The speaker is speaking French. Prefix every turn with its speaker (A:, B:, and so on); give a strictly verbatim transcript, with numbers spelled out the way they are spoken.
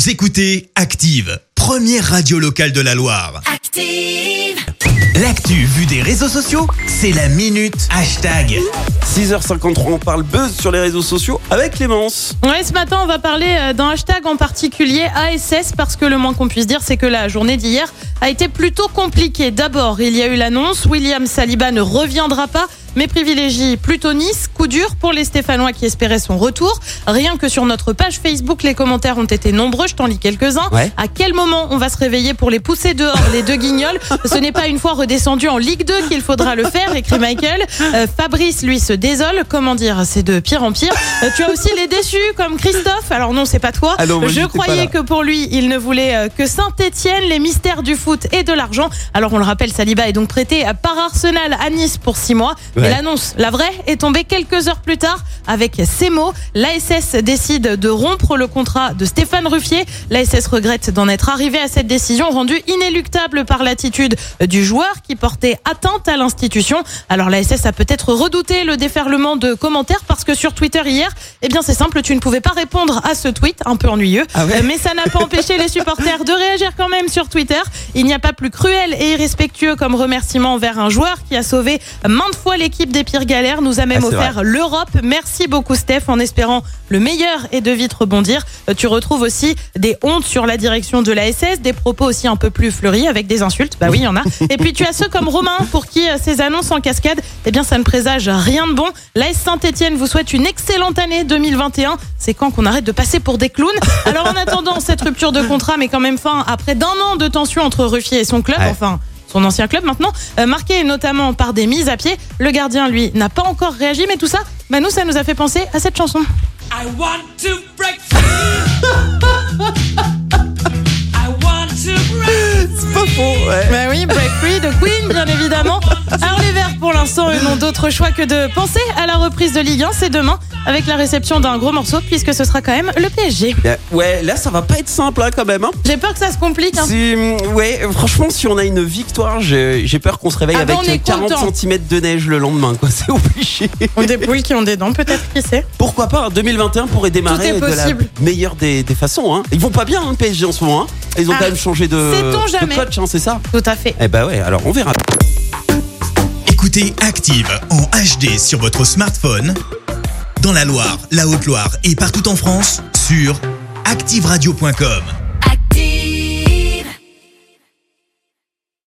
A: Vous écoutez Active, première radio locale de la Loire.
B: Active.
A: L'actu vue des réseaux sociaux, c'est la minute hashtag.
C: six heures cinquante-trois, on parle buzz sur les réseaux sociaux avec Clémence.
D: Ouais, ce matin, on va parler d'un hashtag en particulier, A S S, parce que le moins qu'on puisse dire, c'est que la journée d'hier a été plutôt compliquée. D'abord, il y a eu l'annonce, William Saliba ne reviendra pas, mais privilégie plutôt Nice. Coup dur pour les Stéphanois qui espéraient son retour. Rien que sur notre page Facebook, les commentaires ont été nombreux, je t'en lis quelques-uns.
C: Ouais.
D: À quel moment on va se réveiller pour les pousser dehors, les deux guignols? Ce n'est pas une fois redescendu en Ligue deux qu'il faudra le faire, écrit Michael. Euh, Fabrice, lui, se désole. Comment dire, c'est de pire en pire. Euh, tu as aussi les déçus, comme Christophe. Alors non, c'est pas toi.
C: Ah non, moi,
D: je
C: j'étais
D: croyais
C: pas là.
D: que pour lui, il ne voulait euh, que Saint-Etienne, les mystères du foot et de l'argent. Alors on le rappelle, Saliba est donc prêté par Arsenal à Nice pour six mois.
C: Ouais.
D: Mais l'annonce, la vraie, est tombée quelques heures plus tard avec ces mots. L'A S S décide de rompre le contrat de Stéphane Ruffier. L'A S S regrette d'en être arrivé à cette décision rendue inéluctable par l'attitude du joueur qui portait atteinte à l'institution. Alors l'A S S a peut-être redouté le déferlement de commentaires parce que sur Twitter hier, eh bien c'est simple, tu ne pouvais pas répondre à ce tweet, un peu ennuyeux.
C: Ah ouais.
D: Mais ça n'a pas empêché les supporters de réagir quand même sur Twitter. Il n'y a pas plus cruel et irrespectueux comme remerciement envers un joueur qui a sauvé maintes fois l'équipe des pires galères, nous a même
C: Ah, c'est
D: offert
C: vrai.
D: l'Europe. Merci beaucoup Steph, en espérant le meilleur et de vite rebondir. Tu retrouves aussi des hontes sur la direction de l'A S S, des propos aussi un peu plus fleuris avec des insultes. Bah oui, il y en a. Et puis tu as ceux comme Romain pour qui ces annonces en cascade, eh bien ça ne présage rien de bon. L'A S Saint-Etienne vous souhaite une excellente année deux mille vingt et un. C'est quand qu'on arrête de passer pour des clowns. Alors en attendant cette rupture de contrat, mais quand même fin après d'un an de tension entre Ruffier et son club,
C: Ouais.
D: enfin son ancien club maintenant, euh, marqué notamment par des mises à pied. Le gardien, lui, n'a pas encore réagi, mais tout ça, bah nous, ça nous a fait penser à cette chanson.
B: I want to break free. I want to break
C: C'est pas faux, ouais.
D: Bah oui, Break Free de Queen, bien évidemment. Alors les Verts, pour l'instant, eux n'ont d'autre choix que de penser à la reprise de Ligue un. C'est demain, avec la réception d'un gros morceau, puisque ce sera quand même le P S G.
C: Ouais, là ça va pas être simple hein, quand même. Hein.
D: J'ai peur que ça se complique. Hein.
C: Si, ouais, franchement, si on a une victoire, j'ai, j'ai peur qu'on se réveille
D: Ah bah, on est
C: avec quarante
D: content.
C: centimètres de neige le lendemain, quoi. C'est obligé.
D: Ou des poules qui ont des dents, peut-être, qui sait.
C: Pourquoi pas, hein, deux mille vingt et un pourrait démarrer
D: Tout est
C: de la
D: possible.
C: meilleure des, des façons. Hein. Ils vont pas bien, hein, P S G en ce moment. Hein. Ils ont
D: Ah,
C: quand même changé de,
D: sait-on
C: de
D: jamais.
C: coach, hein, c'est ça?
D: Tout à fait.
C: Eh bah ouais, alors on verra.
A: Écoutez Active en H D sur votre smartphone, dans la Loire, la Haute-Loire et partout en France, sur active radio point com.